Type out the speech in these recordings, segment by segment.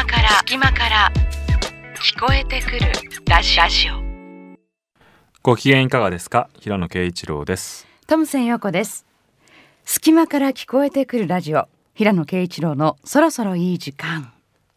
から聞こえてくるラジオ。 ご機嫌いかがですか？平野啓一郎です。 トムセン陽子です。隙間から聞こえてくるラジオ、平野啓一郎のそろそろいい時間。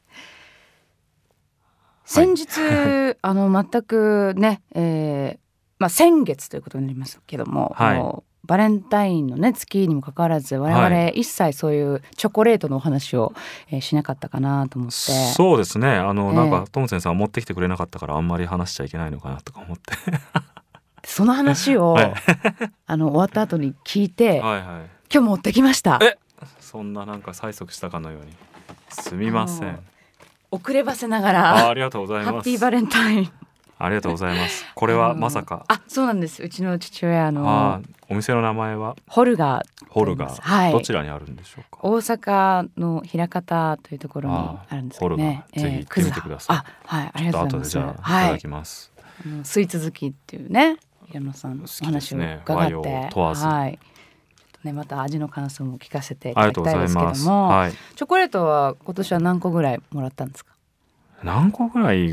先日、全くね、先月ということになりますけども、もうバレンタインのね月にもかかわらず我々一切そういうチョコレートのお話を、しなかったかなと思って。 そうですね、なんかトムセンさん持ってきてくれなかったからあんまり話しちゃいけないのかなとか思ってその話を、終わった後に聞いて、今日持ってきました。 そんななんか催促したかのようにすみません。 遅ればせながらありがとうございます。 ハッピーバレンタイン。 ありがとうございます。これはまさか。 そうなんです。うちの父親お店の名前はホルガー、 どちらにあるんでしょうか？ 大阪の枚方というところにあるんですけどね。 ホルガー、ぜひ行ってみてください。 ありがとうございます。 ちょっと後でじゃあいただきます。 スイーツ好きっていうね、平野さんのお話を伺って、 和洋問わず、 また味の感想も聞かせていただきたいですけども、チョコレートは今年は何個ぐらいもらったんですか？ 何個ぐらい、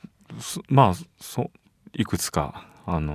いくつか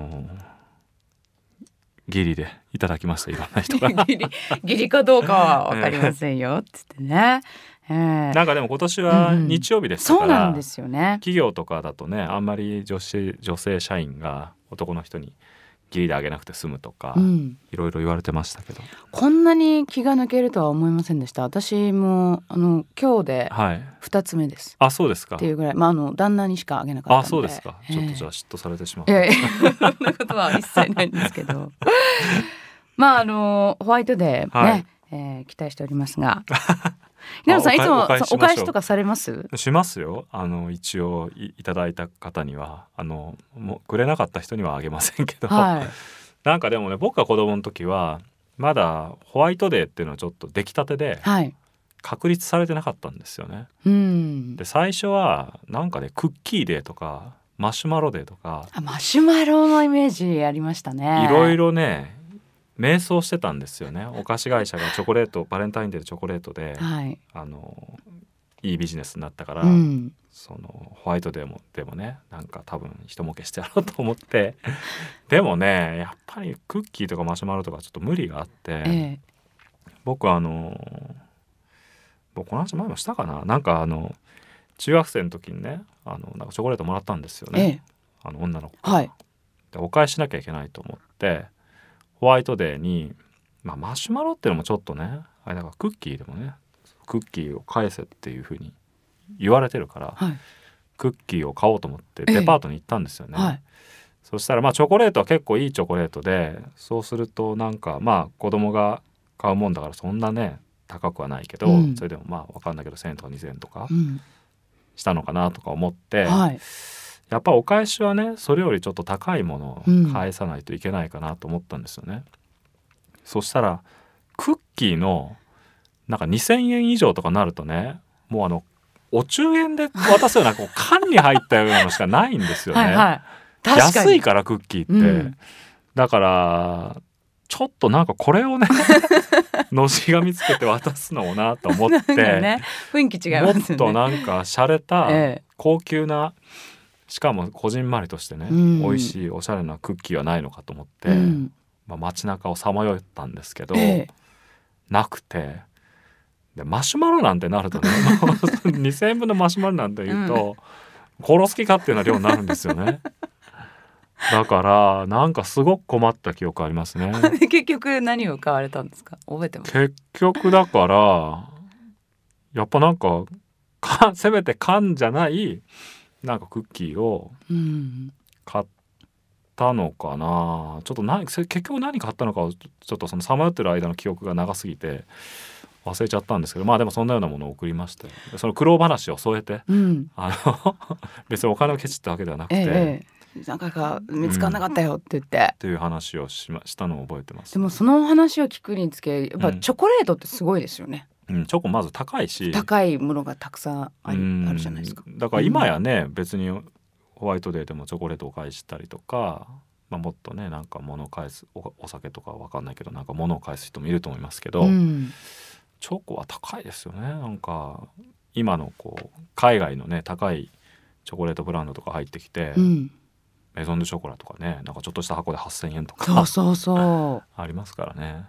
ギリでいただきました。いろんな人がギリかどうかは分かりませんよって言ってね。 なんかでも今年は日曜日ですから、 そうなんですよね。 企業とかだとね、あんまり女性社員が男の人にギリであげなくて済むとか、いろいろ言われてましたけど、 こんなに気が抜けるとは思いませんでした。私も今日で2つ目です、 そうですかっていうぐらい、旦那にしかあげなかったので。 そうですか、ちょっとじゃあ嫉妬されてしまう。 そんなことは一切ないんですけどホワイトデーね、期待しておりますが平野さん、いつもお返しとかされます？ しますよ。一応 いただいた方にはもうくれなかった人にはあげませんけど、なんかでもね、僕が子供の時はまだホワイトデーっていうのはちょっと出来たてで、確立されてなかったんですよね。で最初はなんかね、クッキーデーとかマシュマロデーとか、 マシュマロのイメージありましたね。 いろいろね迷走してたんですよね。お菓子会社がチョコレート、バレンタインデーでチョコレートで、いいビジネスになったから、そのホワイトデーでもね、なんか多分一儲けしてやろうと思ってでもね、やっぱりクッキーとかマシュマロとかちょっと無理があって、僕この話前もしたかな。なんか中学生の時にね、なんかチョコレートもらったんですよね、女の子が、でお返ししなきゃいけないと思ってホワイトデーに、マシュマロっていうのもちょっとね、だからクッキーでもね、クッキーを返せっていう風に言われてるから、クッキーを買おうと思ってデパートに行ったんですよね。そしたらチョコレートは結構いいチョコレートで、そうするとなんか子供が買うもんだからそんなね高くはないけど、それでも分かんないけど1000円とか2000円とかしたのかなとか思って、やっぱお返しはね、それよりちょっと高いものを返さないといけないかなと思ったんですよね。そしたらクッキーのなんか2000円以上とかなるとね、もうお中元で渡すような缶に入ったようなのしかないんですよね。安いからクッキーって、だからちょっとなんかこれをねのしがみつけて渡すのもなと思って、 雰囲気違いますよね。 もっとなんか洒落た高級な、しかもこじんまりとしてね、美味しいおしゃれなクッキーはないのかと思って、街中をさまよったんですけど、なくて、でマシュマロなんてなるとね2000円分のマシュマロなんて言うと、殺す気かっていうような量になるんですよね。だからなんかすごく困った記憶ありますね。 結局何を買われたんですか？覚えてます？ 結局だからやっぱなんかせめて缶じゃないなんかクッキーを買ったのかな。ちょっと結局何買ったのかをちょっとそのさまよってる間の記憶が長すぎて忘れちゃったんですけど、でもそんなようなものを送りまして、その苦労話を添えて、別にお金をケチったわけではなくて、 何回か見つからなかったよって言って、 っていう話をしたのを覚えてます。 でもその話を聞くにつけ、やっぱチョコレートってすごいですよね。 チョコまず高いし、 高いものがたくさんあるじゃないですか。 だから今やね、別にホワイトデーでもチョコレートを返したりとか、もっとねなんか物を返す お酒とかは分かんないけど、なんか物を返す人もいると思いますけど、チョコは高いですよね。なんか今のこう海外のね高いチョコレートブランドとか入ってきて、メゾン・ドゥ・ショコラとかね、なんかちょっとした箱で8,000円とかありますからね。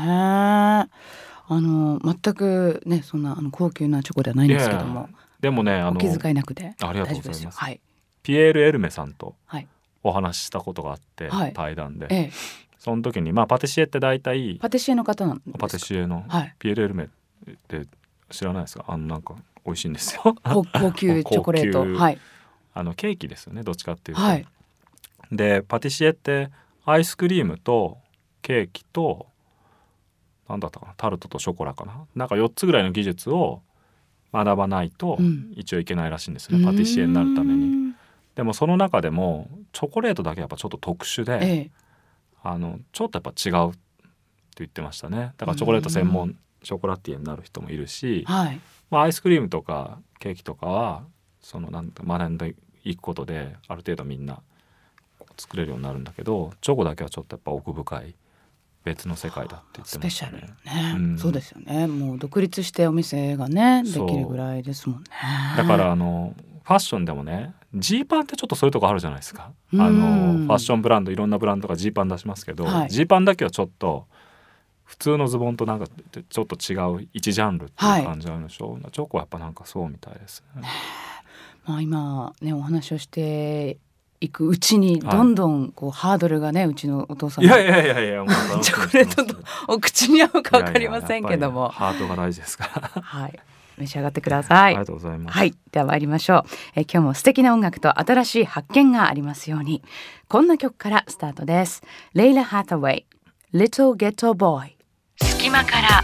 全くねそんな高級なチョコではないんですけども、 でもねお気遣いなくてありがとうございます。 はい、 ピエール・エルメさんとお話ししたことがあって、対談で、その時にパティシエって大体パティシエの方なんですか？ パティシエのピエール・エルメって知らないですか？なんか美味しいんですよ。 高級チョコレート、 ケーキですよね、どっちかっていうと。でパティシエってアイスクリームとケーキと何だったかな、タルトとショコラかな、なんか4つぐらいの技術を学ばないと一応いけないらしいんですね、パティシエになるために。でもその中でもチョコレートだけやっぱちょっと特殊で、ちょっとやっぱ違うって言ってましたね。だからチョコレート専門ショコラティエになる人もいるし、アイスクリームとかケーキとかはその学んでいくことである程度みんな作れるようになるんだけど、チョコだけはちょっとやっぱ奥深い別の世界だって言ってましたね。 スペシャルね、そうですよね。もう独立してお店がねできるぐらいですもんね。 だからファッションでもね、ジーパンってちょっとそういうとこあるじゃないですか。ファッションブランド、いろんなブランドがジーパン出しますけど、ジーパンだけはちょっと普通のズボンとなんかちょっと違う一ジャンルっていう感じなんでしょう。チョコはやっぱなんかそうみたいですね。 今ねお話をしていくうちにどんどんこうハードルがね、うちのお父さんのもうチョコレートとお口に合うか分かりませんけども、 ハートが大事ですから召し上がってください。 ありがとうございます。 では参りましょう。今日も素敵な音楽と新しい発見がありますように。こんな曲からスタートです。レイラ・ハタウェイ Little Ghetto Boy。 隙間から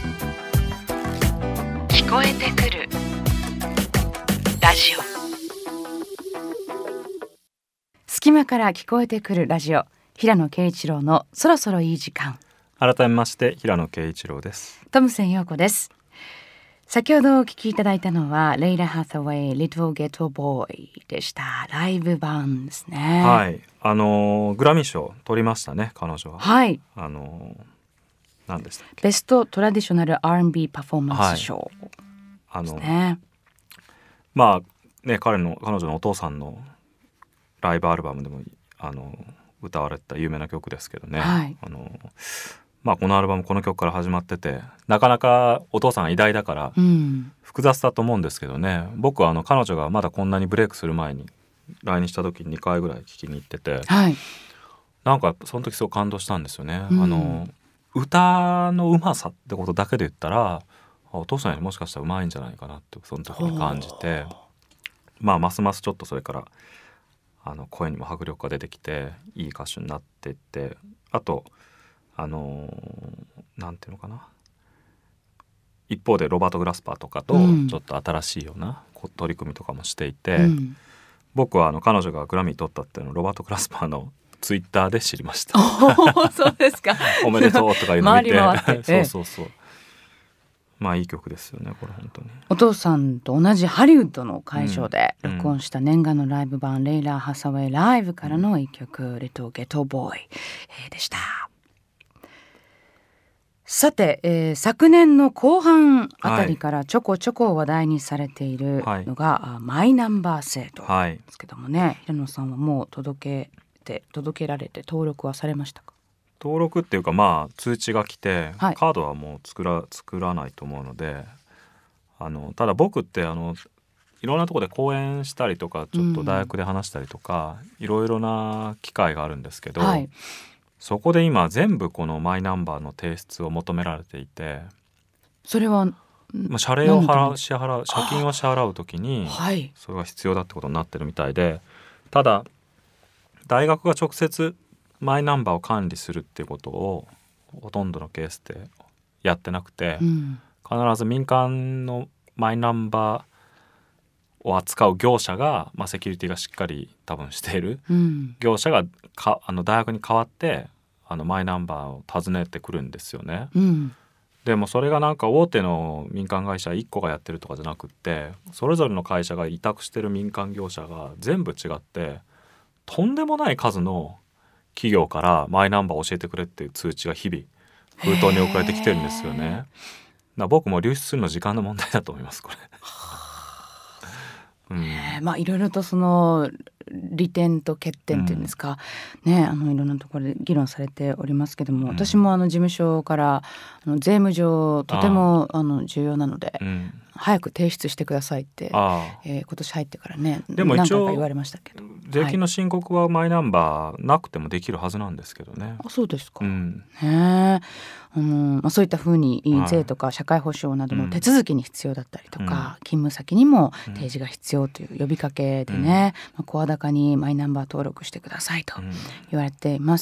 聞こえてくるラジオ。 隙間から聞こえてくるラジオ、平野啓一郎のそろそろいい時間。 改めまして平野啓一郎です。 トムセン陽子です。先ほどお聞きいただいたのはレイラ・ハサウェイ Little Ghetto Boy でした。ライブ版ですね。 グラミー賞取りましたね、彼女は。何でしたっけ、 ベストトラディショナル R&B パフォーマンス賞ですね。 彼女のお父さんのライブアルバムでも歌われた有名な曲ですけどね、このアルバムこの曲から始まってて、なかなかお父さんが偉大だから複雑だと思うんですけどね、僕は彼女がまだこんなにブレイクする前に来日した時に2回ぐらい聴きに行ってて、なんかその時すごく感動したんですよね。歌のうまさってことだけで言ったらお父さんよりもしかしたらうまいんじゃないかなってその時に感じて、ますますちょっとそれから声にも迫力が出てきていい歌手になっていって、あとなんていうのかな、一方でロバート・グラスパーとかとちょっと新しいような取り組みとかもしていて、僕は彼女がグラミー取ったっていうのをロバート・グラスパーのツイッターで知りました。 そうですか。 おめでとうとかいうのを見て回り回ってそういい曲ですよね、これ本当に。 お父さんと同じハリウッドの会場で録音した念願のライブ版、レイラ・ハサウェイライブからの一曲、Little Ghetto Boy でした。さて、昨年の後半あたりからちょこちょこ話題にされているのが、マイナンバー制度ですけどもね、平野さんはもう届けられて登録はされましたか？ 登録っていうか通知が来て、カードはもう作らないと思うので、ただ僕っていろんなところで講演したりとかちょっと大学で話したりとか、いろいろな機会があるんですけど、そこで今全部このマイナンバーの提出を求められていて、 それは謝金を支払うときにそれが必要だってことになってるみたいで、ただ大学が直接マイナンバーを管理するっていうことをほとんどのケースでやってなくて、必ず民間のマイナンバーを扱う業者が、セキュリティがしっかり多分している、業者が大学に代わってマイナンバーを訪ねてくるんですよね。でもそれがなんか大手の民間会社1個がやってるとかじゃなくって、それぞれの会社が委託してる民間業者が全部違って、とんでもない数の企業からマイナンバーを教えてくれっていう通知が日々封筒に送られてきてるんですよね。僕も流出するの時間の問題だと思います、これ。 まあいろいろとその利点と欠点っていうんですか、ね、いろんなところで議論されておりますけども、私も事務所から税務上とても重要なので、早く提出してくださいって、今年入ってからねでも一応何回か言われましたけど、 税金の申告はマイナンバーなくてもできるはずなんですけどね。 あ、そうですか。そういったふうに税とか社会保障などの手続きに必要だったりとか、勤務先にも提示が必要という呼びかけでね、声高にマイナンバー登録してくださいと言われています。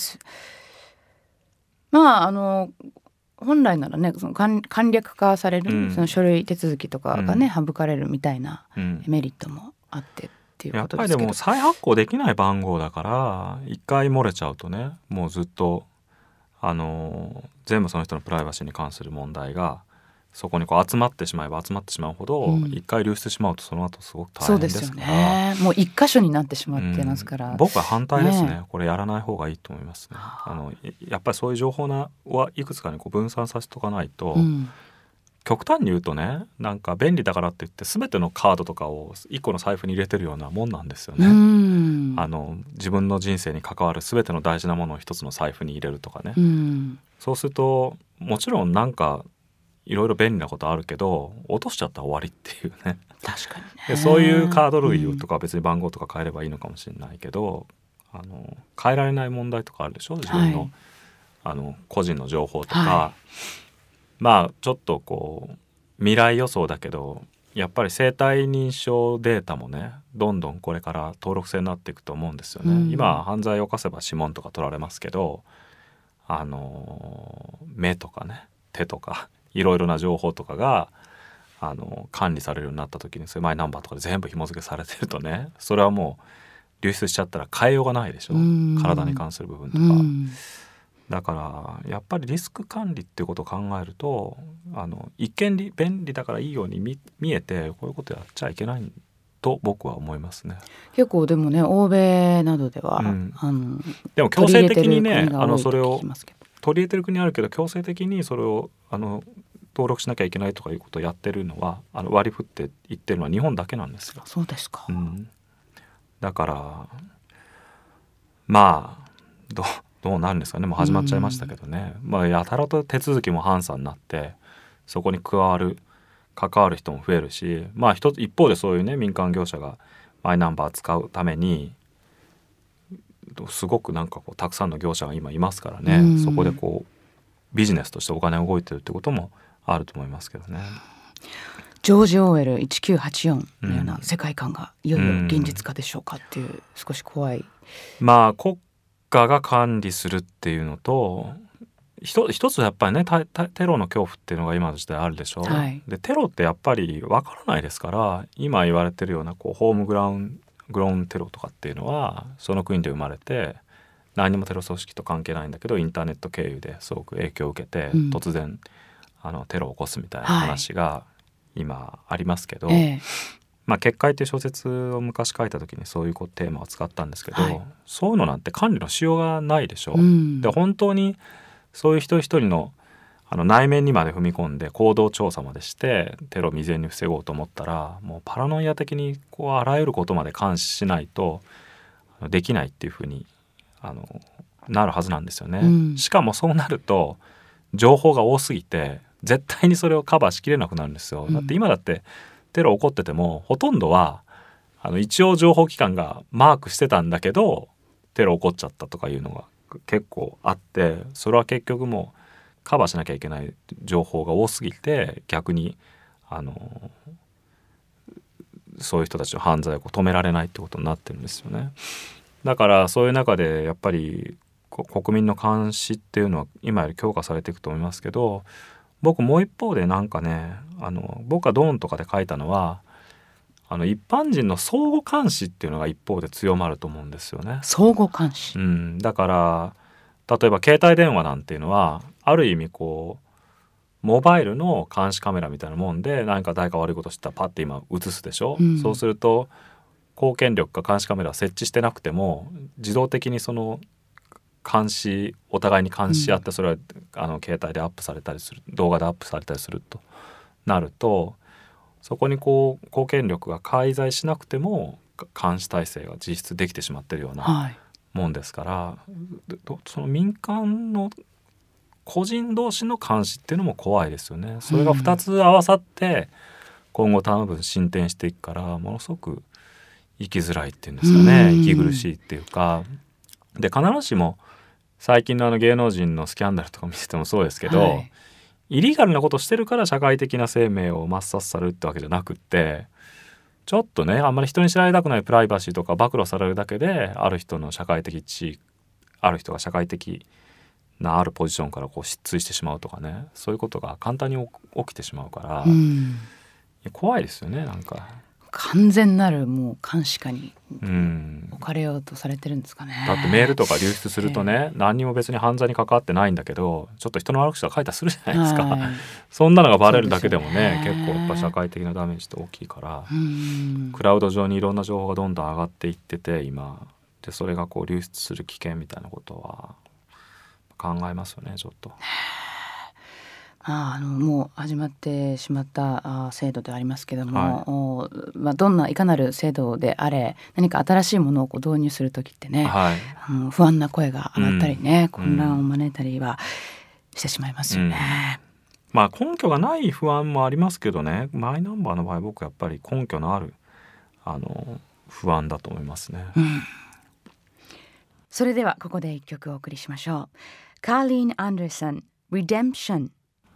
まあ本来ならね、その簡略化される、その書類手続きとかがね、省かれるみたいなメリットもあってっていうことですけど、 やっぱりでも再発行できない番号だから一回漏れちゃうとね、もうずっと全部その人のプライバシーに関する問題がそこにこう集まってしまえば集まってしまうほど、一回流出してしまうとその後すごく大変ですから。そうですよね。 もう一箇所になってしまってますから、 僕は反対ですね。これやらない方がいいと思いますね。やっぱりそういう情報はいくつかにこう分散させておかないと、極端に言うとね、なんか便利だからって言って全てのカードとかを一個の財布に入れてるようなもんなんですよね。自分の人生に関わる全ての大事なものを一つの財布に入れるとかね、そうするともちろんなんかいろいろ便利なことあるけど落としちゃったら終わりっていうね。 確かにね。 でそういうカード類とか別に番号とか変えればいいのかもしれないけど、変えられない問題とかあるでしょ、自分の、個人の情報とか、まあちょっとこう未来予想だけど、やっぱり生体認証データもねどんどんこれから登録制になっていくと思うんですよね。今犯罪を犯せば指紋とか取られますけど、目とかね手とかいろいろな情報とかが管理されるようになった時に、そういうマイナンバーとかで全部紐付けされてるとね、それはもう流出しちゃったら変えようがないでしょ、体に関する部分とか。だからやっぱりリスク管理っていうことを考えると、一見便利だからいいように 見えてこういうことやっちゃいけないと僕は思いますね。 結構でもね、欧米などでは、 でも強制的にねそれを取り入れてる国あるけど、強制的にそれを登録しなきゃいけないとかいうことをやってるのは割り振って言ってるのは日本だけなんですよ。 そうですか。 だからまあどうなるんですかね。もう始まっちゃいましたけどね、やたらと手続きも簡素になってそこに関わる人も増えるし、一方でそういうね民間業者がマイナンバー使うためにすごくなんかこうたくさんの業者が今いますからね、そこでこうビジネスとしてお金が動いてるってこともあると思いますけどね。 ジョージ・オーウェル1984のような世界観がいよいよ現実化でしょうかっていう、少し怖い。 国家が管理するっていうのと、一つやっぱりねテロの恐怖っていうのが今の時代あるでしょ、でテロってやっぱり分からないですから、今言われてるようなこうホームグラウンテロとかっていうのはその国で生まれて何にもテロ組織と関係ないんだけどインターネット経由ですごく影響を受けて、突然テロを起こすみたいな話が今ありますけど、結界っていう小説を昔書いた時にそういうテーマを使ったんですけど、そういうのなんて管理のしようがないでしょ、で本当にそういう一人一人の内面にまで踏み込んで行動調査までしてテロを未然に防ごうと思ったら、もうパラノイア的にこうあらゆることまで監視しないとできないっていうふうになるはずなんですよね、しかもそうなると情報が多すぎて絶対にそれをカバーしきれなくなるんですよ。だって今だってテロ起こっててもほとんどは一応情報機関がマークしてたんだけどテロ起こっちゃったとかいうのが結構あって、それは結局もうカバーしなきゃいけない情報が多すぎて逆にそういう人たちの犯罪を止められないってことになってるんですよね。だからそういう中でやっぱり国民の監視っていうのは今より強化されていくと思いますけど、僕もう一方でなんかね僕がドーンとかで書いたのは一般人の相互監視っていうのが一方で強まると思うんですよね。 相互監視、 だから例えば携帯電話なんていうのはある意味こうモバイルの監視カメラみたいなもんで、何か誰か悪いことしたらパッて今映すでしょ、そうすると公権力が監視カメラを設置してなくても自動的にそのお互いに監視合って、それは携帯でアップされたりする、動画でアップされたりするとなると、 そこにこう公権力が介在しなくても監視体制が実質できてしまっているようなもんですから、はい、その民間の個人同士の監視っていうのも怖いですよね。それが2つ合わさって今後多分進展していくからものすごく生きづらいっていうんですかね、息苦しいっていうかで、必ずしも最近の芸能人のスキャンダルとか見ててもそうですけど、はい、イリーガルなことしてるから社会的な生命を抹殺されるってわけじゃなくって、ちょっとねあんまり人に知られたくないプライバシーとか暴露されるだけである人の社会的地位、ある人が社会的なあるポジションからこう失墜してしまうとかね、そういうことが簡単に起きてしまうから、怖いですよね。なんか完全なるもう監視下に置かれようとされてるんですかね。 だってメールとか流出するとね、何にも別に犯罪に関わってないんだけどちょっと人の悪口とか書いたりするじゃないですか、はい、そんなのがバレるだけでもね、結構やっぱ社会的なダメージって大きいから、クラウド上にいろんな情報がどんどん上がっていってて今で、それがこう流出する危険みたいなことは考えますよねちょっと。 もう始まってしまった制度ではありますけども、はい、どんないかなる制度であれ何か新しいものをこう導入する時ってね、はい、不安な声が上がったりね、混乱を招いたりはしてしまいますよね。 まあ根拠がない不安もありますけどね、マイナンバーの場合僕やっぱり根拠のある不安だと思いますね。 それではここで一曲お送りしましょう。カーリン・アンダーソン Redemption。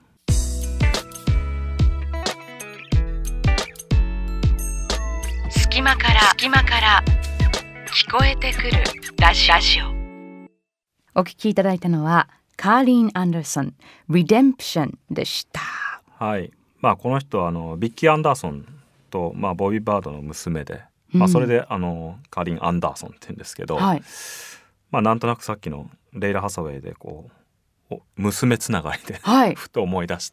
隙間から聞こえてくるラジオ。 お聞きいただいたのはカーリン・アンダーソン Redemption でした。 はい、この人はビッキー・アンダーソンと、ボビー・バードの娘で、それでカーリン・アンダーソンって言うんですけど、はい、なんとなくさっきのレイラ・ハサウェイでこう娘つながりで、はい、ふと思い出して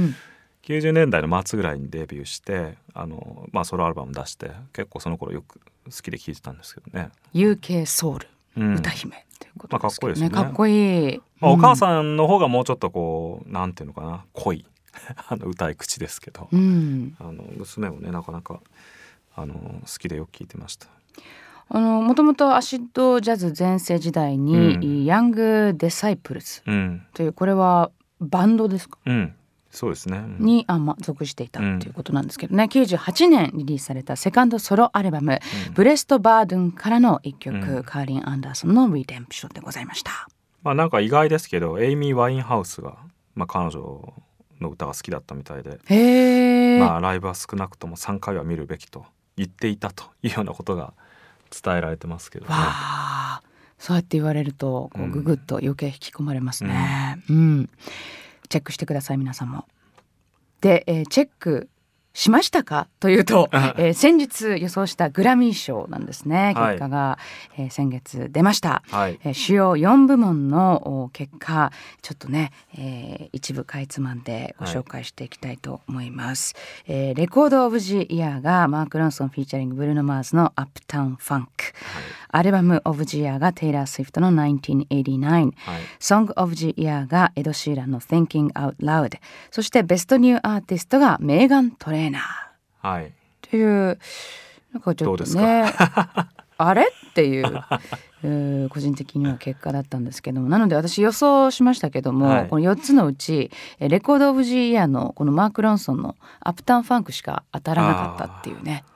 、90年代の末ぐらいにデビューしてソロアルバム出して結構その頃よく好きで聴いてたんですけどね。 UK ソウル、歌姫っていうことですけどね、 かっこいいですよね。 かっこいい、 お母さんの方がもうちょっとこうなんていうのかな、濃い歌い口ですけど、娘もねなかなか好きでよく聴いてました。 もともとアシッドジャズ全盛時代に、ヤング・デサイプルズという、これはバンドですか、 そうですね、 に属していたということなんですけどね、98年リリースされたセカンドソロアルバム、ブレスト・バードゥンからの一曲、カーリン・アンダーソンの Redemption でございました。 なんか意外ですけどエイミー・ワインハウスが、彼女の歌が好きだったみたいで、ライブは少なくとも3回は見るべきと言っていたというようなことが伝えられてますけどね。 そうやって言われるとこうググッと余計引き込まれますね。チェックしてください皆さんも。で、チェックしましたかというと、先日予想したグラミー賞なんですね。結果が、先月出ました、主要4部門の結果ちょっとね、一部かいつまんでご紹介していきたいと思います。レコードオブジイヤーがマーク・ロンソンフィーチャリングブルーノ・マーズのアップタウン・ファンク、アルバムオブジイヤーがテイラー・スウィフトの1989、ソングオブジイヤーがエド・シーランの Thinking Out Loud、 そしてベストニューアーティストがメーガン・トレーナーという、なんかちょっとねあれっていう個人的には結果だったんですけども、なので私予想しましたけども、この4つのうちレコードオブジイヤーのこのマーク・ロンソンのアップタウン・ファンクしか当たらなかったっていうね。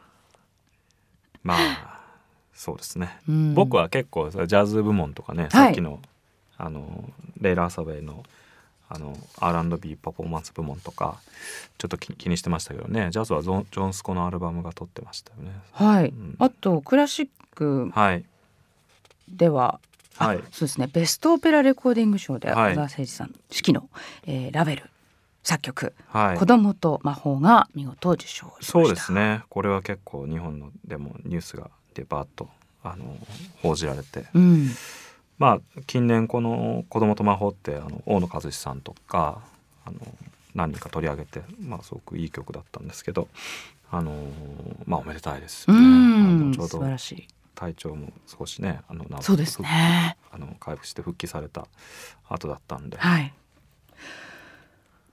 そうですね、僕は結構ジャズ部門とかね、さっきのレイラ・ハサウェイのR&B パフォーマンス部門とかちょっと気にしてましたけどね。ジャズはジョン・スコのアルバムが撮ってましたよね。あとクラシックでは、そうですね、ベストオペラレコーディング賞で小澤征爾さん指揮の、ラベル作曲、子供と魔法が見事受賞しました。 そうですね、これは結構日本のでもニュースがでバーッと報じられて、近年この子供と魔法って大野和志さんとか何人か取り上げて、すごくいい曲だったんですけど、おめでたいですよね。ちょうど素晴らしい。体調も少しねそうですね、 回復して復帰された後だったんで、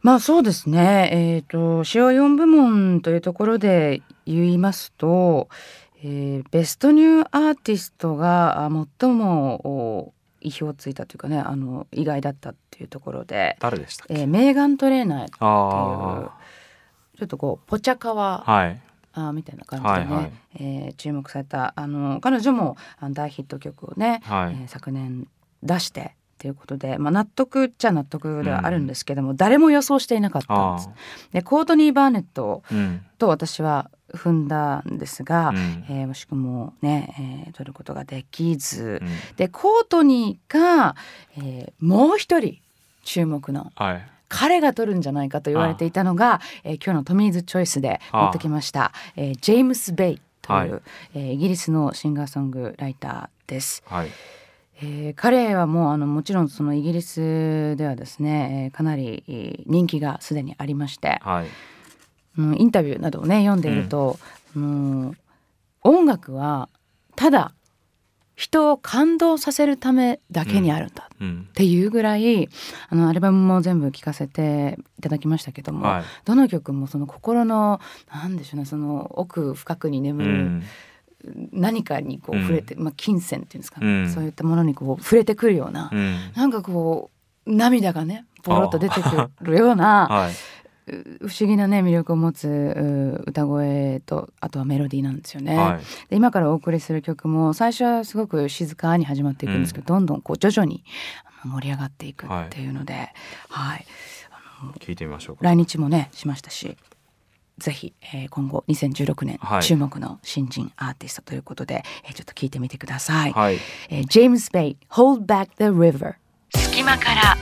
まあそうですね、主要4部門というところで言いますと、ベストニューアーティストが最も意表をついたというかね、意外だったっていうところで、 誰でしたっけ？ メーガン・トレーナーっていうちょっとこうポチャカワ、みたいな感じでね、注目された彼女も大ヒット曲をね、昨年出してということで、納得っちゃ納得ではあるんですけども、誰も予想していなかったんです。でコートニー・バーネットと私は踏んだんですが、惜しくもね、取ることができず、でコートニーが、もう一人注目の、彼が取るんじゃないかと言われていたのが、今日のトミーズチョイスで持ってきました、ジェームス・ベイという、イギリスのシンガーソングライターです。彼はもうもちろんそのイギリスではですね、かなり人気がすでにありまして、インタビューなどをね読んでいると、音楽はただ人を感動させるためだけにあるんだっていうぐらい、アルバムも全部聴かせていただきましたけども、どの曲もその心のなんでしょうね、その奥深くに眠る、何かにこう触れて、金銭っていうんですかね、そういったものにこう触れてくるような、なんかこう涙がねボロッと出てくるような、不思議なね魅力を持つ歌声と、あとはメロディーなんですよね。で今からお送りする曲も最初はすごく静かに始まっていくんですけど、どんどんこう徐々に盛り上がっていくっていうので、 聞いてみましょうか。 来日もねしましたし、ぜひ、今後2016年、注目の新人アーティストということで、ちょっと聞いてみてください。ジェームス・ベイ Hold Back the River。 隙間から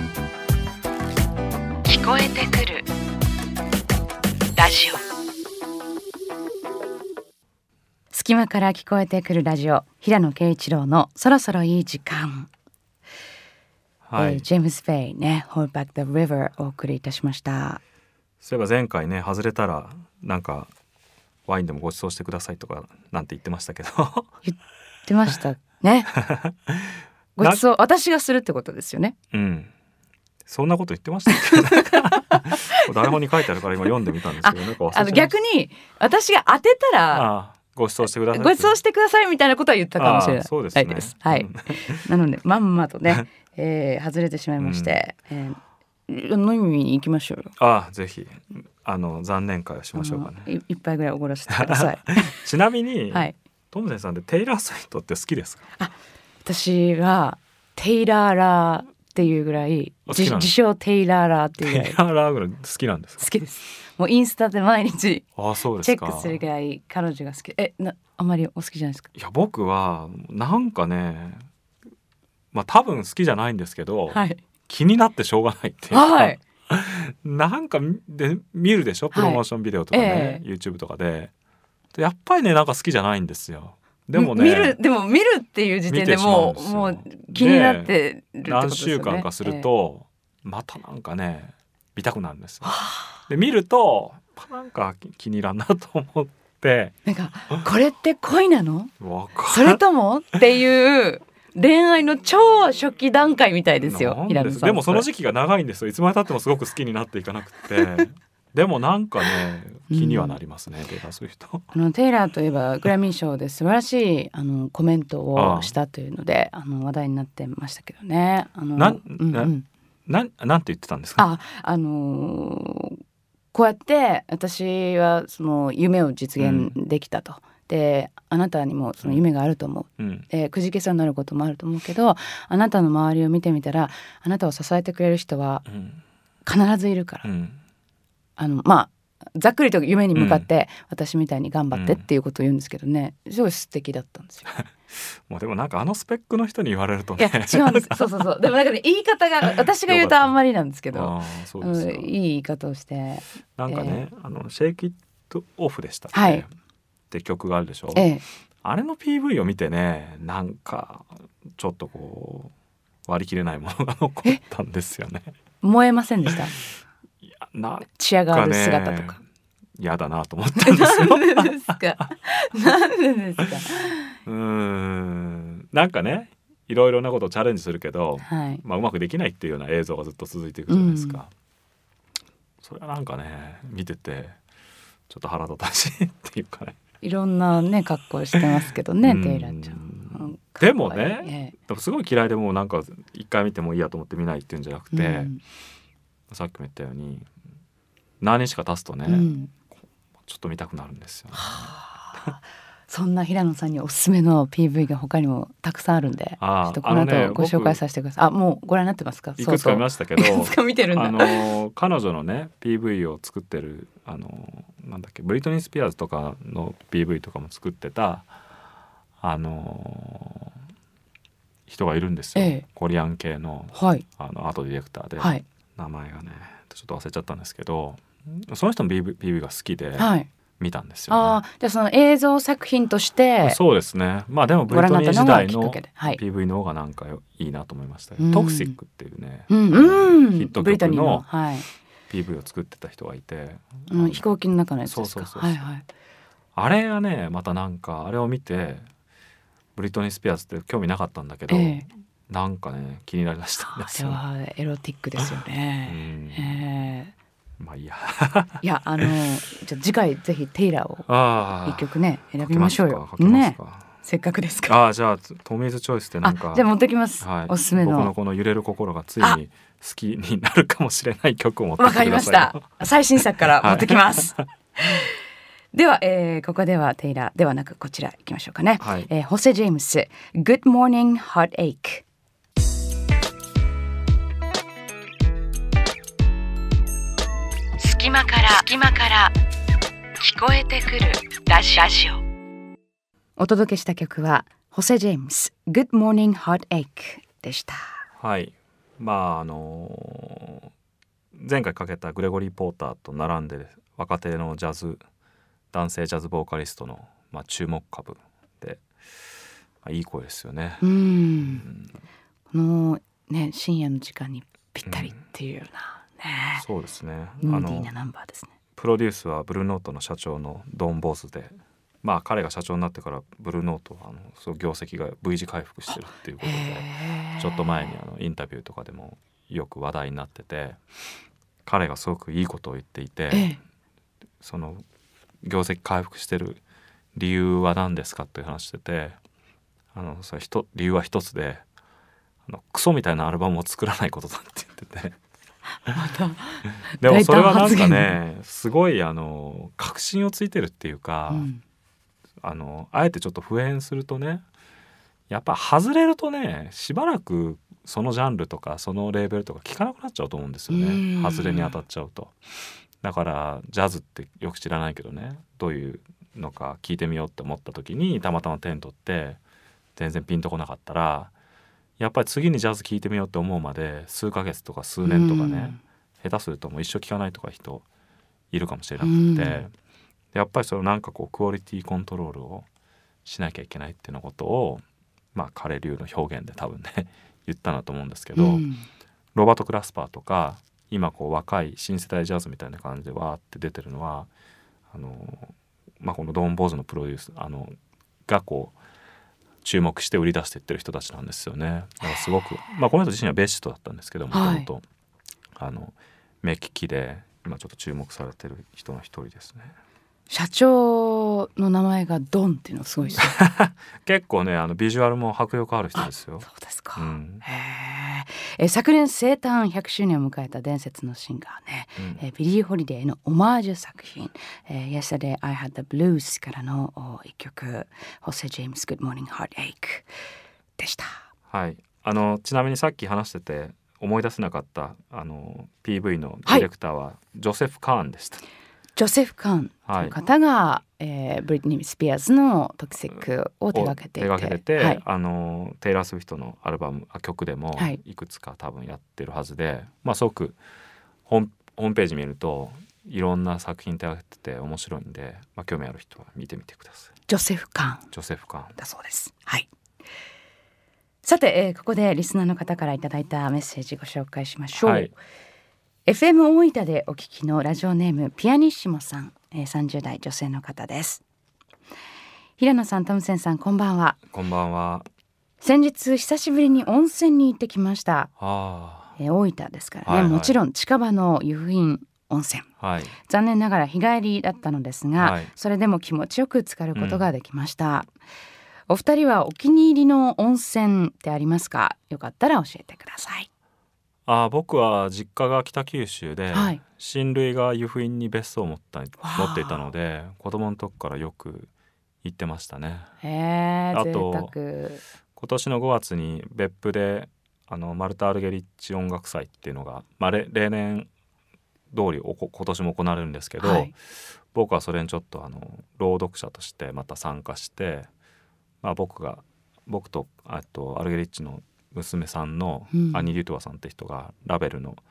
聞こえてくるラジオ。 隙間から聞こえてくるラジオ、平野啓一郎のそろそろいい時間。ジェームス・ベイね Hold Back the River お送りいたしました。 そういえば前回ね外れたらなんかワインでもご馳走してくださいとかなんて言ってましたけど言ってましたねご馳走私がするってことですよね。 そんなこと言ってましたっけ台本に書いてあるから今読んでみたんですけど、 逆に私が当てたらご馳走してください、 ご馳走してくださいみたいなことは言ったかもしれない。 そうですね、 なのでまんまとね、外れてしまいまして、飲みに行きましょうよ。 ぜひ残念会をしましょうかね。 一杯ぐらいおごらせてくださいちなみに、トムセンさんでテイラー・スウィフトって好きですか？ 私はテイラーラーっていうぐらい、自称テイラーラーっていうぐらい、 テイラーラーぐらい好きなんですか？ 好きです。もうインスタで毎日チェックするぐらい彼女が好き。あんまりお好きじゃないですか？ いや僕はなんかね、多分好きじゃないんですけど、気になってしょうがないっていうか、なんかで見るでしょ、プロモーションビデオとかね、YouTube とかでやっぱりねなんか好きじゃないんですよ。でも見るっていう時点でもう気になってるってことですよね。 何週間かすると、またなんかね見たくなるんですよ。で見るとなんか気に入らんなと思って、 なんかこれって恋なのそれともっていう恋愛の超初期段階みたいですよ。平野さん。 でもその時期が長いんですよ。いつまで経ってもすごく好きになっていかなくてでもなんかね気にはなりますね、テイラー・スウィフト。 テイラーといえばグラミー賞で素晴らしいコメントをしたというので話題になってましたけどね。なんて言ってたんですか？ こうやって私はその夢を実現できたと、であなたにもその夢があると思う、くじけそうになることもあると思うけど、あなたの周りを見てみたらあなたを支えてくれる人は必ずいるから、ざっくりと夢に向かって私みたいに頑張ってっていうことを言うんですけどね、すごい素敵だったんですよもうでもなんかスペックの人に言われるとね、 いや違うんですそうでもなんかね言い方が私が言うとあんまりなんですけどいい言い方をしてなんかね、シェイキットオフでしたっけ、って曲があるでしょ、あれの PV を見てねなんかちょっとこう割り切れないものが残ったんですよね。 燃えませんでした？チアガール姿とか嫌だなと思ったんですよ。 なんでですか？なんでですか？ なんかねいろいろなことをチャレンジするけど、うまくできないっていうような映像がずっと続いていくじゃないですか。 それはなんかね見ててちょっと腹立たしいっていうかね。 いろんなね格好してますけどね、テイラちゃん。 でもね、すごい嫌いでもうなんか一回見てもいいやと思って見ないっていうんじゃなくて、さっきも言ったように何日か経つとね、ちょっと見たくなるんですよね。 そんな平野さんにおすすめの PV が他にもたくさんあるんで、ちょっとこの後ご紹介させてください。もうご覧になってますか？ いくつか見ましたけど、 いくつか見てるんだ。 彼女のね PV を作ってるなんだっけ、ブリトニー・スピアーズとかの PV とかも作ってた人がいるんですよ、コリアン系の、アートディレクターで、名前がねちょっと忘れちゃったんですけど、その人の PV が好きで、見たんですよね。 じゃあその映像作品としてそうですね。まあでもブリトニー時代の PV の方がなんかいいなと思いました。トクシックっていうね、ヒット曲の PV を作ってた人がいて、 飛行機の中のやつですか？ あれがねまたなんかあれを見てブリトニー・スピアーズって興味なかったんだけど、なんかね気になりだしたんですよ。 あれはエロティックですよね。 まあいいやいやじゃあ次回ぜひテイラーを一曲ね選びましょうよね。せっかくですから。 じゃあトミーズチョイスでなんかじゃあ持ってきます、おすすめの僕のこの揺れる心がついに好きになるかもしれない曲を持ってきてください。 わかりました。最新作から持ってきます、では、ここではテイラーではなくこちら行きましょうかね、ホセ・ジェームス Good Morning Heartache。 隙間から聞こえてくるラジオ。 お届けした曲はホセ・ジェームス Good Morning Heartache でした。 はい、まあ前回かけたグレゴリー・ポーターと並んで若手の男性ジャズボーカリストの、注目株で、いい声ですよね。このね深夜の時間にぴったりっていうような、 そうですね。 ムーディーなナンバーですね。 プロデュースはブルーノートの社長のドン・ボスで、彼が社長になってからブルーノートはその業績が V 字回復してるっていうことで、ちょっと前にインタビューとかでもよく話題になってて、彼がすごくいいことを言っていて、その業績回復してる理由は何ですかっていう話してて、それ理由は一つでクソみたいなアルバムを作らないことだって言っててでもそれはなんかねすごい確信をついてるっていうか、あえてちょっと敷衍するとね、やっぱ外れるとねしばらくそのジャンルとかそのレーベルとか聞かなくなっちゃうと思うんですよね、外れに当たっちゃうと。だからジャズってよく知らないけどね、どういうのか聞いてみようって思った時にたまたま手に取って全然ピンとこなかったら、やっぱり次にジャズ聴いてみようって思うまで数ヶ月とか数年とかね、下手するともう一生聴かないとか人いるかもしれなくて、やっぱりそのなんかこうクオリティコントロールをしなきゃいけないっていうのことを、彼流の表現で多分ね言ったんだと思うんですけど、ロバート・クラスパーとか今こう若い新世代ジャズみたいな感じでわーって出てるのはこのドン・ボーズのプロデュースがこう注目して売り出していってる人たちなんですよね。だからすごく、この人自身はベーシストだったんですけどもともと目利きで今ちょっと注目されてる人の一人ですね。 社長の名前がドンっていうのすごいですね結構ねビジュアルも迫力ある人ですよ。 そうですか、昨年生誕100周年を迎えた伝説のシンガーね、ビリー・ホリデーのオマージュ作品、Yesterday I Had the Blues からの一曲ホセ・ジェームス Good Morning Heartache でした。 はい、ちなみにさっき話してて思い出せなかったPV のディレクターはジョセフ・カーンでした。 ジョセフ・カーンという方が、ブリトニー・スピアーズのトキシックを手掛けていて、 テイラー・スウィフトの曲でもいくつか多分やってるはずで、すごくホームページ見るといろんな作品手掛けてて面白いんで、興味ある人は見てみてください。 ジョセフ・カーンだそうです。はい。さて、ここでリスナーの方からいただいたメッセージご紹介しましょう。FM 大分でお聞きのラジオネームピアニッシモさん、30代女性の方です。平野さん、トムセンさん、こんばんは。 こんばんは。 先日久しぶりに温泉に行ってきました。大分ですからね、もちろん近場の湯布院温泉、 はい、 残念ながら日帰りだったのですが、はい、それでも気持ちよく浸かることができました、お二人はお気に入りの温泉ってありますか？よかったら教えてください。 僕は実家が北九州で、はい、親類が湯布院に別荘を持っていたので、子供の時からよく行ってましたね。あと今年の5月に別府でマルタ・アルゲリッチ音楽祭っていうのが、例年通り今年も行われるんですけど、はい、僕はそれにちょっと朗読者としてまた参加して、僕とアルゲリッチの娘さんのアニ・リュトワさんって人がラベルの、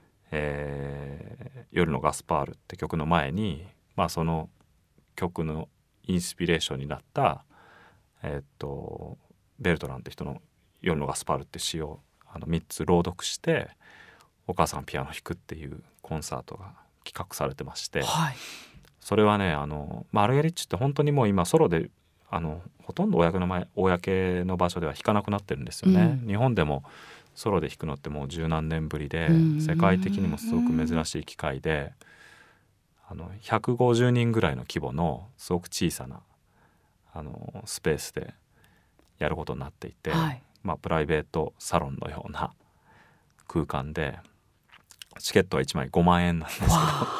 夜のガスパールって曲の前に、その曲のインスピレーションになった、ベルトランって人の夜のガスパールって詩を3つ朗読してお母さんピアノ弾くっていうコンサートが企画されてまして、はい、それはねアルゲリッチって本当にもう今ソロでほとんど公の場所では弾かなくなってるんですよね、日本でもソロで弾くのってもう十何年ぶりで、世界的にもすごく珍しい機会で、150人ぐらいの規模のすごく小さなスペースでやることになっていて、はい、プライベートサロンのような空間でチケットは1枚5万円なんですけど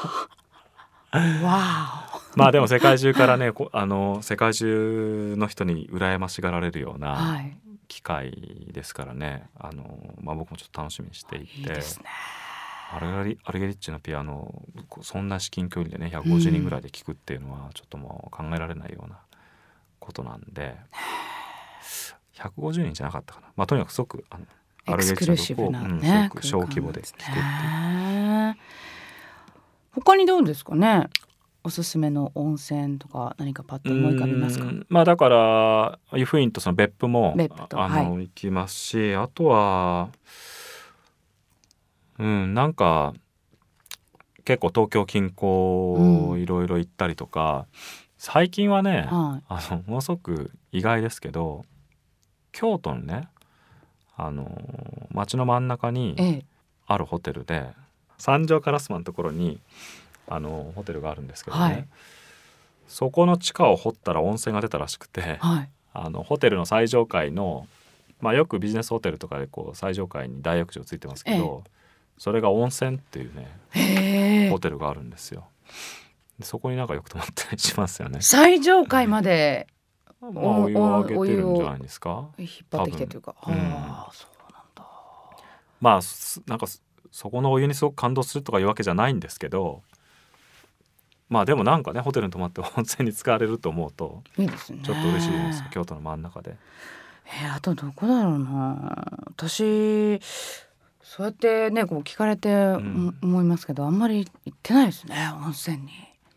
でも世界中からね世界中の人に羨ましがられるような機会ですからね、僕もちょっと楽しみにしていて、いいですね。アルゲリッチのピアノそんな至近距離でね150人ぐらいで聴くっていうのはちょっともう考えられないようなことなんで、150人じゃなかったかな、とにかくすごくエクスクルーシブなね、 すごく小規模で聴くっていう。 他にどうですかね、おすすめの温泉とか何かパッと思い浮かびますか？ だから湯布院とその別府もはい、 行きますし、あとはなんか結構東京近郊いろいろ行ったりとか、最近はね、ものすごく意外ですけど京都のね街の真ん中にあるホテルで、三条烏丸のところにホテルがあるんですけどね、はい、そこの地下を掘ったら温泉が出たらしくて、はい、ホテルの最上階の、よくビジネスホテルとかでこう最上階に大浴場ついてますけど、それが温泉っていうねホテルがあるんですよ。でそこになんかよく泊まったりしますよね。 最上階までお湯をあげてるんじゃないですか。 引っ張ってきてというか、そうなんだ。 なんかそこのお湯にすごく感動するとかいうわけじゃないんですけど、でもなんかねホテルに泊まって温泉に使われると思うといいですね、 ちょっと嬉しいです京都の真ん中で。 あとどこだろうな。私そうやってねこう聞かれて思いますけど、あんまり行ってないですね温泉に。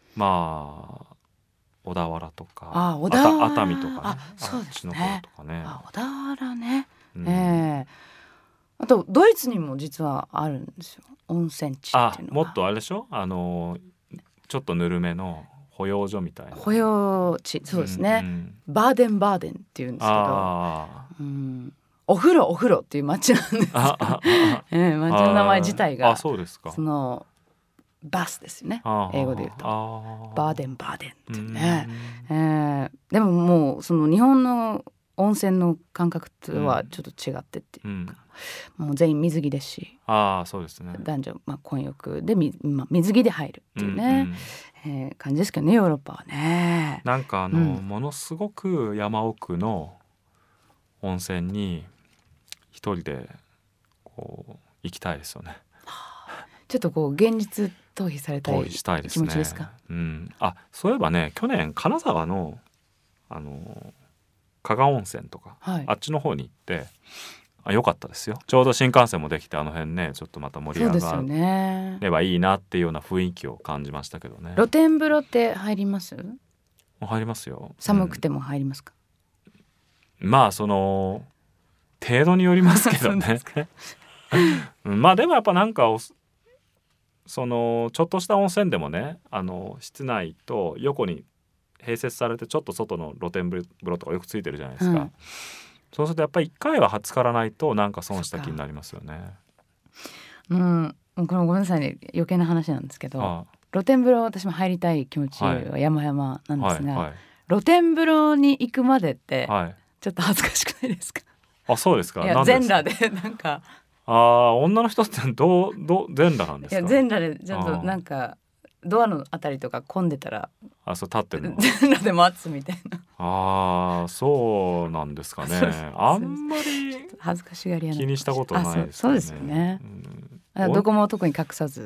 小田原とか熱海とかね、 そうですね、 あっちの方とかね、 小田原ね、あとドイツにも実はあるんですよ温泉地っていうのが。 もっとあれでしょ、ちょっとぬるめの保養所みたいな保養地、そうですね、バーデンっていうんですけど、お風呂っていう街なんです街の名前自体がそうですか。 そのバスですよね、英語で言うとバーデンっていうね、でももうその日本の温泉の感覚とはちょっと違ってっていうか、もう全員水着ですし、 そうですね、 男女、混浴で水着で入るっていうね、感じですけどね、ヨーロッパはね。 なんかものすごく山奥の温泉に一人でこう行きたいですよね。 ちょっとこう現実逃避されたい気持ちですか？ そういえばね、去年金沢の加賀温泉とか、あっちの方に行って良かったですよ。ちょうど新幹線もできて辺ねちょっとまた盛り上がればいいなっていうような雰囲気を感じましたけどね。 露天風呂って入ります？ 入りますよ。 寒くても入りますか？ その程度によりますけどねでもやっぱなんかそのちょっとした温泉でもね、室内と横に併設されてちょっと外の露天風呂とかよくついてるじゃないですか、そうするとやっぱり1回は浸からないとなんか損した気になりますよね。 これもごめんなさいね、余計な話なんですけど、露天風呂私も入りたい気持ちは山々なんですが、露天風呂に行くまでって、ちょっと恥ずかしくないですか？ あ、そうですか。 いや全裸でなんか女の人って全裸なんですか？ いや全裸でちょっとなんかドアのあたりとか混んでたらそう立ってるの全裸で待つみたいな。そうなんですかね。あんまり恥ずかしがり屋気にしたことないですね。 そうですよね、どこも特に隠さず。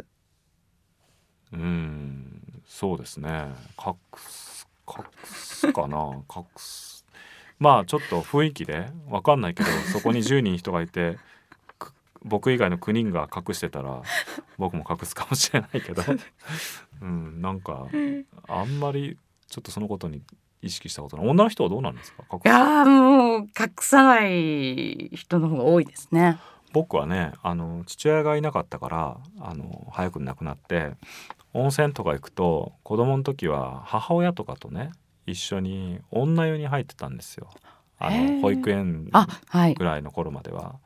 そうですね。隠すかな。まあちょっと雰囲気で分かんないけどそこに10人人がいて僕以外の9人が隠してたら僕も隠すかもしれないけどなんかあんまりちょっとそのことに意識したことない。女の人はどうなんですか？ いやもう隠さない人の方が多いですね。 僕はね父親がいなかったから早く亡くなって温泉とか行くと子供の時は母親とかとね一緒に女湯に入ってたんですよ。保育園ぐらいの頃までは。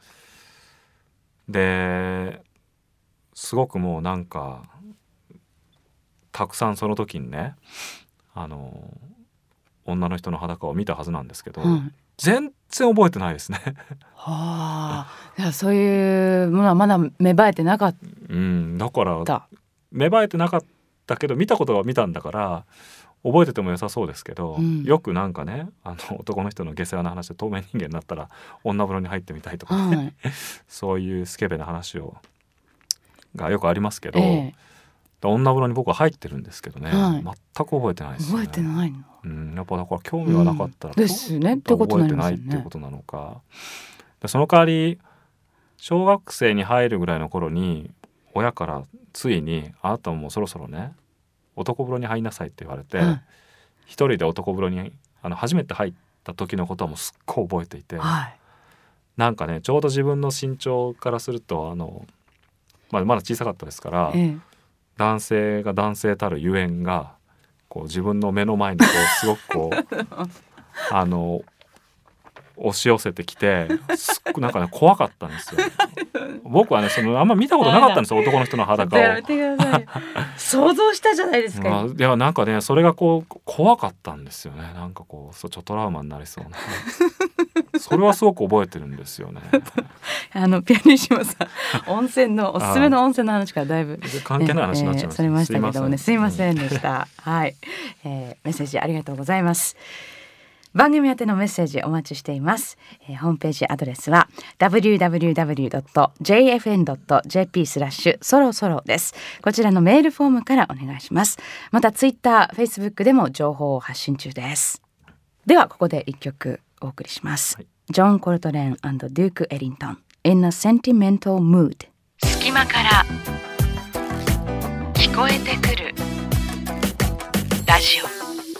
ですごくもうなんかたくさんその時にね女の人の裸を見たはずなんですけど、全然覚えてないですね。 いやそういうものはまだ芽生えてなかった。 だから芽生えてなかったけど見たことは見たんだから覚えてても良さそうですけど、よくなんかね男の人の下世話な話で透明人間になったら女風呂に入ってみたいとかね、そういうスケベな話がよくありますけど、女風呂に僕は入ってるんですけどね、全く覚えてないですね。 覚えてないの？ やっぱだから興味がなかったら、 ですねってこと覚えてないっていうことなのか。その代わり小学生に入るぐらいの頃に親からついにあなたもそろそろね男風呂に入りなさいって言われて、一人で男風呂に初めて入った時のことはもうすっごい覚えていて、なんかねちょうど自分の身長からするとまだ小さかったですから、男性が男性たるゆえんがこう自分の目の前にすごく押し寄せてきてなんかね怖かったんですよ。僕はねあんま見たことなかったんですよ男の人の裸を。 やめてください。想像したじゃないですか。 いやなんかねそれが怖かったんですよね。なんかちょっとトラウマになりそうなそれはすごく覚えてるんですよね。 ピアニッシモさん温泉のおすすめの温泉の話からだいぶ関係ない話になっちゃいました、 それましたけどもね、すいませんでしたはい、メッセージありがとうございます。番組宛てのメッセージお待ちしています。ホームページアドレスは www.jfn.jp そろそろです。こちらのメールフォームからお願いします。またツイッター、フェイスブックでも情報を発信中です。ではここで一曲お送りします、ジョン・コルトレーン&デューク・エリントン In a Sentimental Mood。 隙間から聞こえてくるラジオ。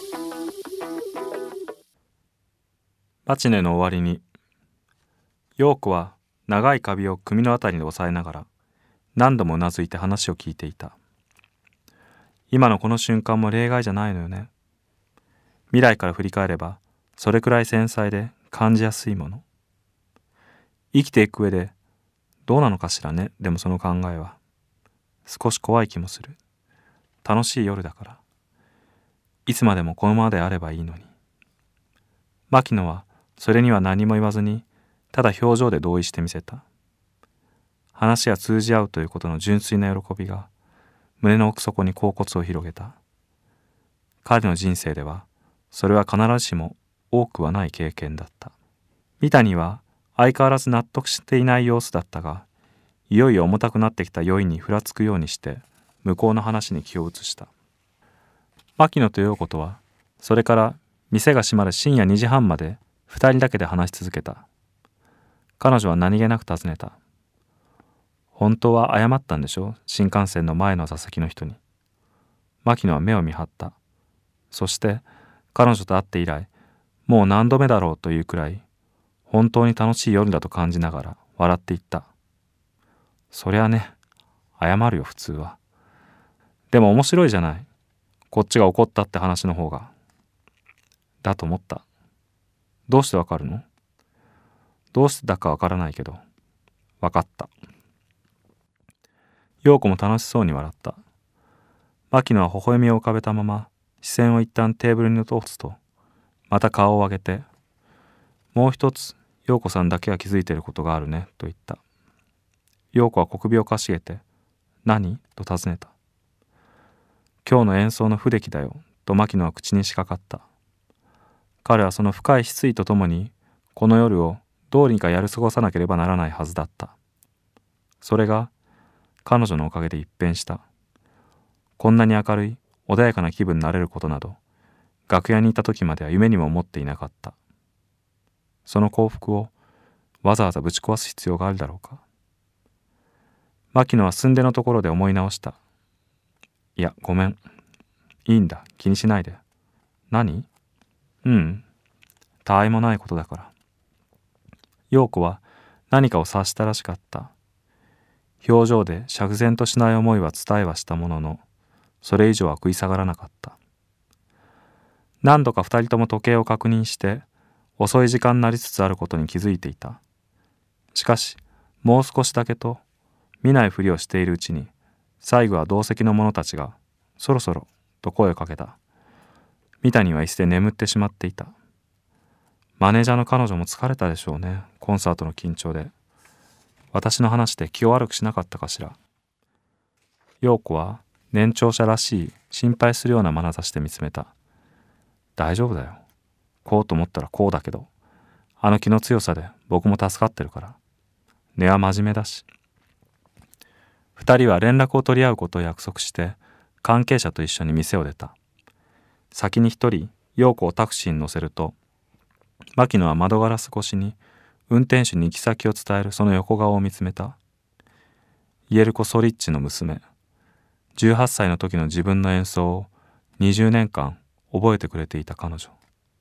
マチネの終わりに陽子は長い髪を首のあたりで押さえながら何度もうなずいて話を聞いていた。今のこの瞬間も例外じゃないのよね。未来から振り返ればそれくらい繊細で感じやすいもの。生きていく上でどうなのかしらね。でもその考えは少し怖い気もする。楽しい夜だからいつまでもこのままであればいいのに。牧野はそれには何も言わずにただ表情で同意してみせた。話が通じ合うということの純粋な喜びが胸の奥底に恍惚を広げた。彼の人生ではそれは必ずしも多くはない経験だった。三谷は相変わらず納得していない様子だったが、いよいよ重たくなってきた酔いにふらつくようにして向こうの話に気を移した。牧野と陽子とはそれから店が閉まる深夜2時半まで2人だけで話し続けた。彼女は何気なく尋ねた。本当は謝ったんでしょ？新幹線の前の座席の人に。牧野は目を見張った。そして彼女と会って以来もう何度目だろうというくらい本当に楽しい夜だと感じながら笑っていった。そりゃね、謝るよ普通は。でも面白いじゃない。こっちが怒ったって話の方が。だと思った。どうしてわかるの？どうしてだかわからないけどわかった。 陽子も楽しそうに笑った。牧野は微笑みを浮かべたまま視線を一旦テーブルに落とすと、また顔を上げて、もう一つ陽子さんだけが気づいていることがあるねと言った。陽子は小首をかしげて、何と尋ねた。今日の演奏の不出来だよと牧野は口にしかかった。彼はその深い失意とともにこの夜をどうにかやり過ごさなければならないはずだった。それが彼女のおかげで一変した。こんなに明るい穏やかな気分になれることなど楽屋にいた時までは夢にも思っていなかった。その幸福をわざわざぶち壊す必要があるだろうか。牧野は寸出のところで思い直した。いや、ごめん。いいんだ、気にしないで。何？たわいもないことだから。陽子は何かを察したらしかった。表情で釈然としない思いは伝えはしたものの、それ以上は食い下がらなかった。何度か二人とも時計を確認して、遅い時間になりつつあることに気づいていた。しかし、もう少しだけと、見ないふりをしているうちに、最後は同席の者たちが、そろそろ、と声をかけた。三谷は椅子で眠ってしまっていた。マネージャーの彼女も疲れたでしょうね、コンサートの緊張で。私の話で気を悪くしなかったかしら。陽子は年長者らしい心配するような眼差しで見つめた。大丈夫だよ。こうと思ったらこうだけど、あの気の強さで僕も助かってるから。根は真面目だし。二人は連絡を取り合うことを約束して関係者と一緒に店を出た。先に一人陽子をタクシーに乗せると、牧野は窓ガラス越しに運転手に行き先を伝えるその横顔を見つめた。イエルコ・ソリッチの娘、18歳の時の自分の演奏を20年間覚えてくれていた彼女。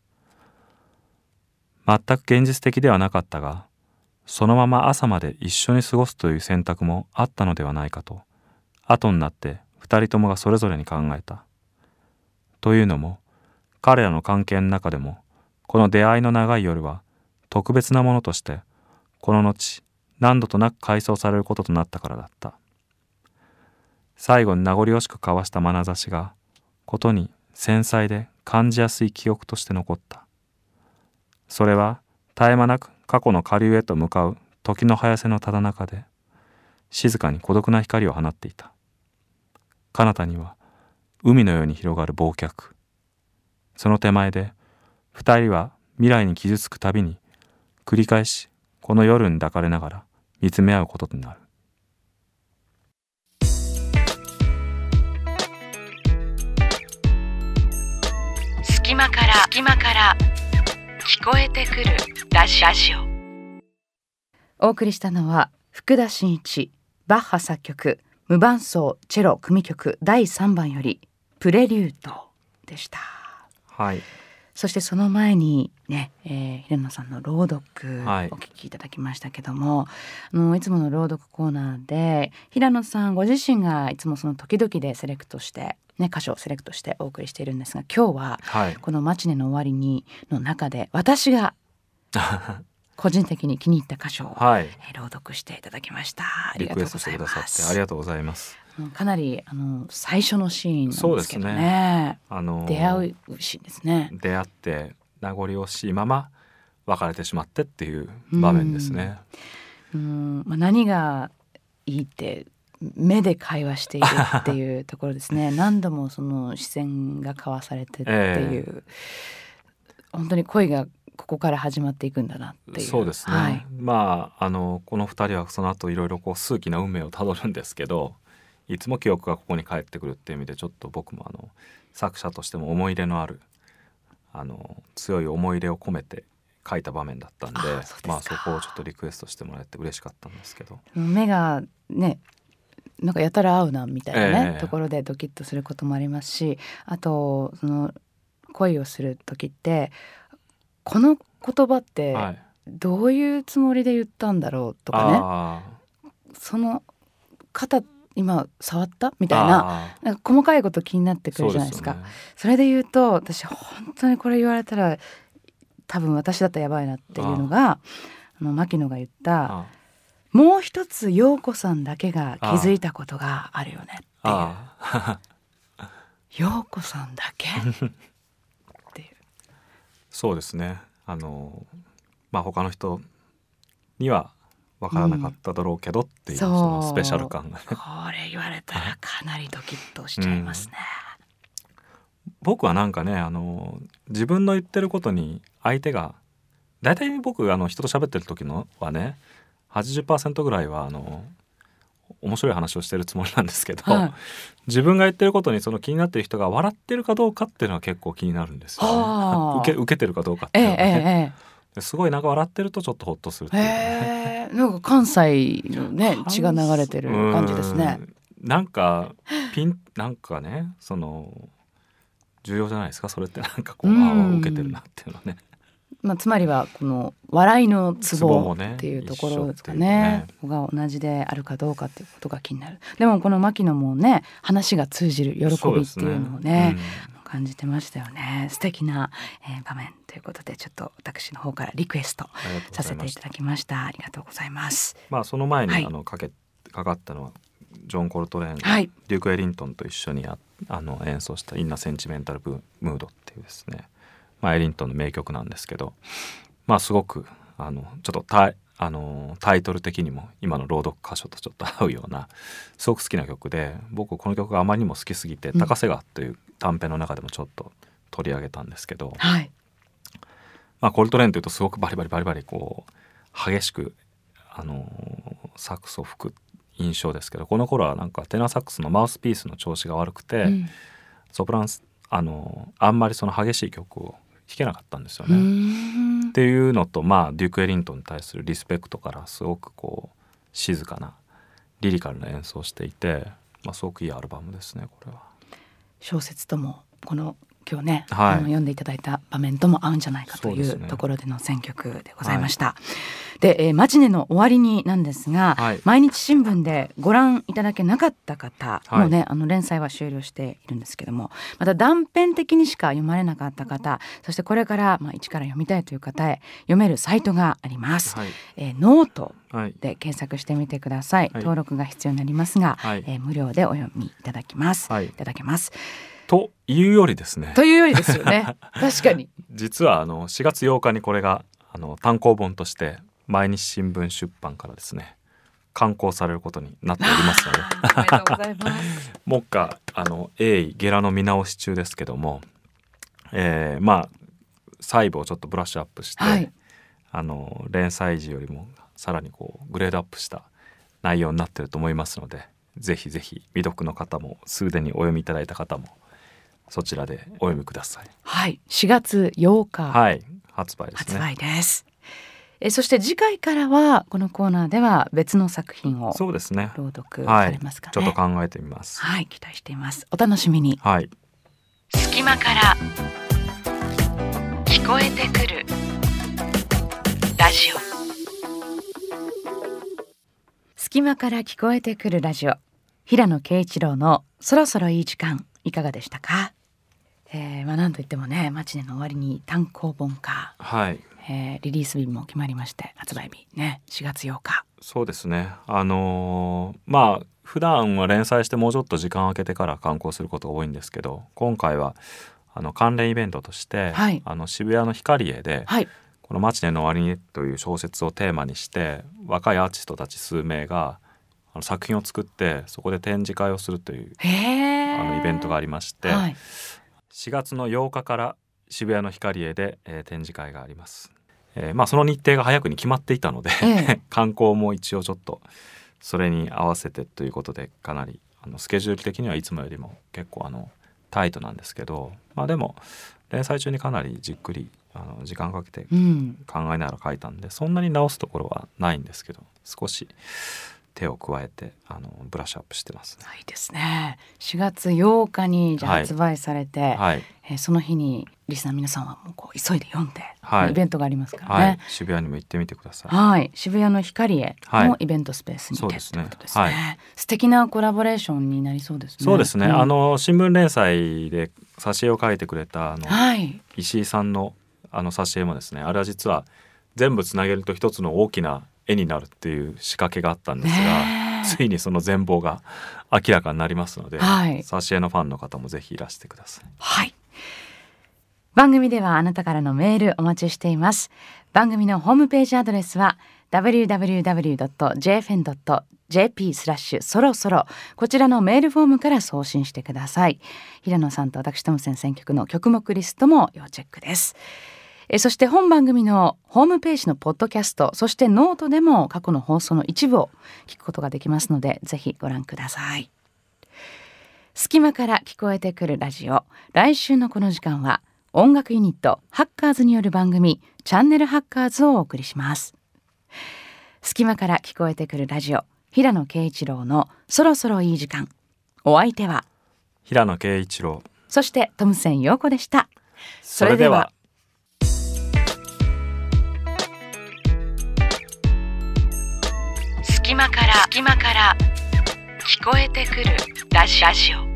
全く現実的ではなかったが、そのまま朝まで一緒に過ごすという選択もあったのではないかと、後になって二人ともがそれぞれに考えた。というのも、彼らの関係の中でも、この出会いの長い夜は特別なものとして、この後何度となく回想されることとなったからだった。最後に名残惜しく交わした眼差しが、ことに繊細で感じやすい記憶として残った。それは絶え間なく過去の下流へと向かう時の早瀬のただ中で、静かに孤独な光を放っていた。彼方には海のように広がる忘却。その手前で二人は未来に傷つくたびに繰り返しこの夜に抱かれながら見つめ合うことになる。 隙間から聞こえてくるラジオ。 お送りしたのは福田真一、バッハ作曲、無伴奏チェロ組曲第3番よりプレリュードでした。 はい。 そしてその前にね、平野さんの朗読お聞きいただきましたけども、いつもの朗読コーナーで平野さんご自身がいつもその時々でセレクトしてね、歌詞をセレクトしてお送りしているんですが、今日はこのマチネの終わりにの中で私が個人的に気に入った歌詞を、朗読していただきました。ありがとうございます。 リクエストしてくださってありがとうございます。 かなり最初のシーンなんですけどね。出会うシーンですね。 出会って名残惜しいまま別れてしまってっていう場面ですね。 何がいいって目で会話しているっていうところですね。何度もその視線が交わされてっていう、本当に恋がここから始まっていくんだなっていう。 そうですね、まあこの2人はその後いろいろこう数奇な運命をたどるんですけど、いつも記憶がここに返ってくるっていう意味で、ちょっと僕も作者としても思い入れのある強い思い入れを込めて書いた場面だったんで、そこをちょっとリクエストしてもらえて嬉しかったんですけど、 目がねなんかやたら合うなみたいなね、ところでドキッとすることもありますし、あとその恋をする時ってこの言葉ってどういうつもりで言ったんだろうとかね、その肩今触ったみたいな、なんか細かいこと気になってくるじゃないですか。それで言うと私本当にこれ言われたら多分私だったらやばいなっていうのが、牧野が言ったもう一つ陽子さんだけが気づいたことがあるよねっていう。陽子さんだけっていう。 そうですね。他の人には分からなかっただろうけどっていう、そのスペシャル感がね。 これ言われたらかなりドキッとしちゃいますね。 僕はなんかね、自分の言ってることに相手が大体、僕人と喋ってる時のはね 80% ぐらいは面白い話をしてるつもりなんですけど、自分が言ってることにその気になってる人が笑ってるかどうかっていうのは結構気になるんですよ、ね、受けてるかどうかっていうのはね、すごいなんか笑ってるとちょっとホッとするっていうね、 なんか関西のね血が流れてる感じですね。 なんかなんかね、その重要じゃないですか、それって。なんかこう受けてるなっていうのはね、 つまりはこの笑いのツボっていうところですかね。ここが同じであるかどうかっていうことが気になる。でもこの牧野もね、話が通じる喜びっていうのをね、感じてましたよね。素敵な、場面ということで、ちょっと私の方からリクエストさせていただきました。ありがとうございます。 その前に、かかったのはジョン・コルトレーンが、デューク・エリントンと一緒に演奏したインナ・センチメンタル・ムードっていうですね、エリントンの名曲なんですけど、すごくちょっとタイトル的にも今の朗読箇所とちょっと合うようなすごく好きな曲で、僕この曲があまりにも好きすぎて、高瀬川という短編の中でもちょっと取り上げたんですけど、コルトレーンというとすごくバリバリこう激しくサックスを吹く印象ですけど、この頃はなんかテナーサックスのマウスピースの調子が悪くて、ソプランあんまりその激しい曲を弾けなかったんですよね。っていうのと、デューク・エリントンに対するリスペクトからすごくこう静かなリリカルな演奏をしていて、すごくいいアルバムですね、これは。 小説ともこの今日ね、読んでいただいた場面とも合うんじゃないかというところでの選曲でございました。で、マチネの終わりになんですが、毎日新聞でご覧いただけなかった方、もうね連載は終了しているんですけども、また断片的にしか読まれなかった方、そしてこれから一から読みたいという方へ読めるサイトがあります。ノートで検索してみてください。登録が必要になりますが、無料でお読みいただけます。いただけます。 というよりですね。 というよりですよね。確かに。 実は4月8日にこれが単行本として毎日新聞出版からですね刊行されることになっておりますので、 おめでとうございます。 目下鋭意ゲラの見直し中ですけども、細部をちょっとブラッシュアップして、連載時よりもさらにこうグレードアップした内容になっていると思いますので、ぜひぜひ未読の方もすでにお読みいただいた方もそちらでお読みください。 4月8日、 発売ですね。 発売です。そして次回からはこのコーナーでは別の作品を朗読されますかね。 ちょっと考えてみます。 期待しています。お楽しみに。 隙間から聞こえてくるラジオ。 隙間から聞こえてくるラジオ。平野啓一郎のそろそろいい時間、いかがでしたか？なんといってもね、マチネの終わりに単行本化、リリース日も決まりまして、発売日ね4月8日。 そうですね。普段は連載してもうちょっと時間を空けてから刊行することが多いんですけど、今回は関連イベントとして、渋谷のヒカリエで、このマチネの終わりにという小説をテーマにして若いアーティストたち数名が作品を作ってそこで展示会をするというイベントがありまして、4月の8日から渋谷のヒカリエで、展示会があります。その日程が早くに決まっていたので、観光も一応ちょっとそれに合わせてということで、かなりスケジュール的にはいつもよりも結構タイトなんですけど、でも連載中にかなりじっくり時間かけて考えながら書いたんで、そんなに直すところはないんですけど、少し手を加えてブラッシュアップしてますね。 いいですね。4月8日にじゃ発売されて、その日にリスナー皆さんはもうこう急いで読んで、イベントがありますからね、 渋谷にも行ってみてください。 渋谷のヒカリエのイベントスペースにて、ということですね。素敵なコラボレーションになりそうですね。 そうですね、新聞連載で挿絵を書いてくれた石井さんの挿絵もですね、あれは実は全部つなげると一つの大きな絵になるっていう仕掛けがあったんですが、ついにその全貌が明らかになりますので、挿絵のファンの方もぜひいらしてください。 はい、番組ではあなたからのメールお待ちしています。番組のホームページアドレスは www.jfn.jp そろそろ、こちらのメールフォームから送信してください。平野さんと私トムセン選曲の曲目リストも要チェックです。そして本番組のホームページのポッドキャスト、そしてノートでも過去の放送の一部を聞くことができますので、ぜひご覧ください。隙間から聞こえてくるラジオ、来週のこの時間は音楽ユニットハッカーズによる番組チャンネルハッカーズをお送りします。隙間から聞こえてくるラジオ、平野啓一郎のそろそろいい時間。お相手は平野啓一郎、 そしてトムセン陽子でした。 それでは隙間から聞こえてくるラジオ。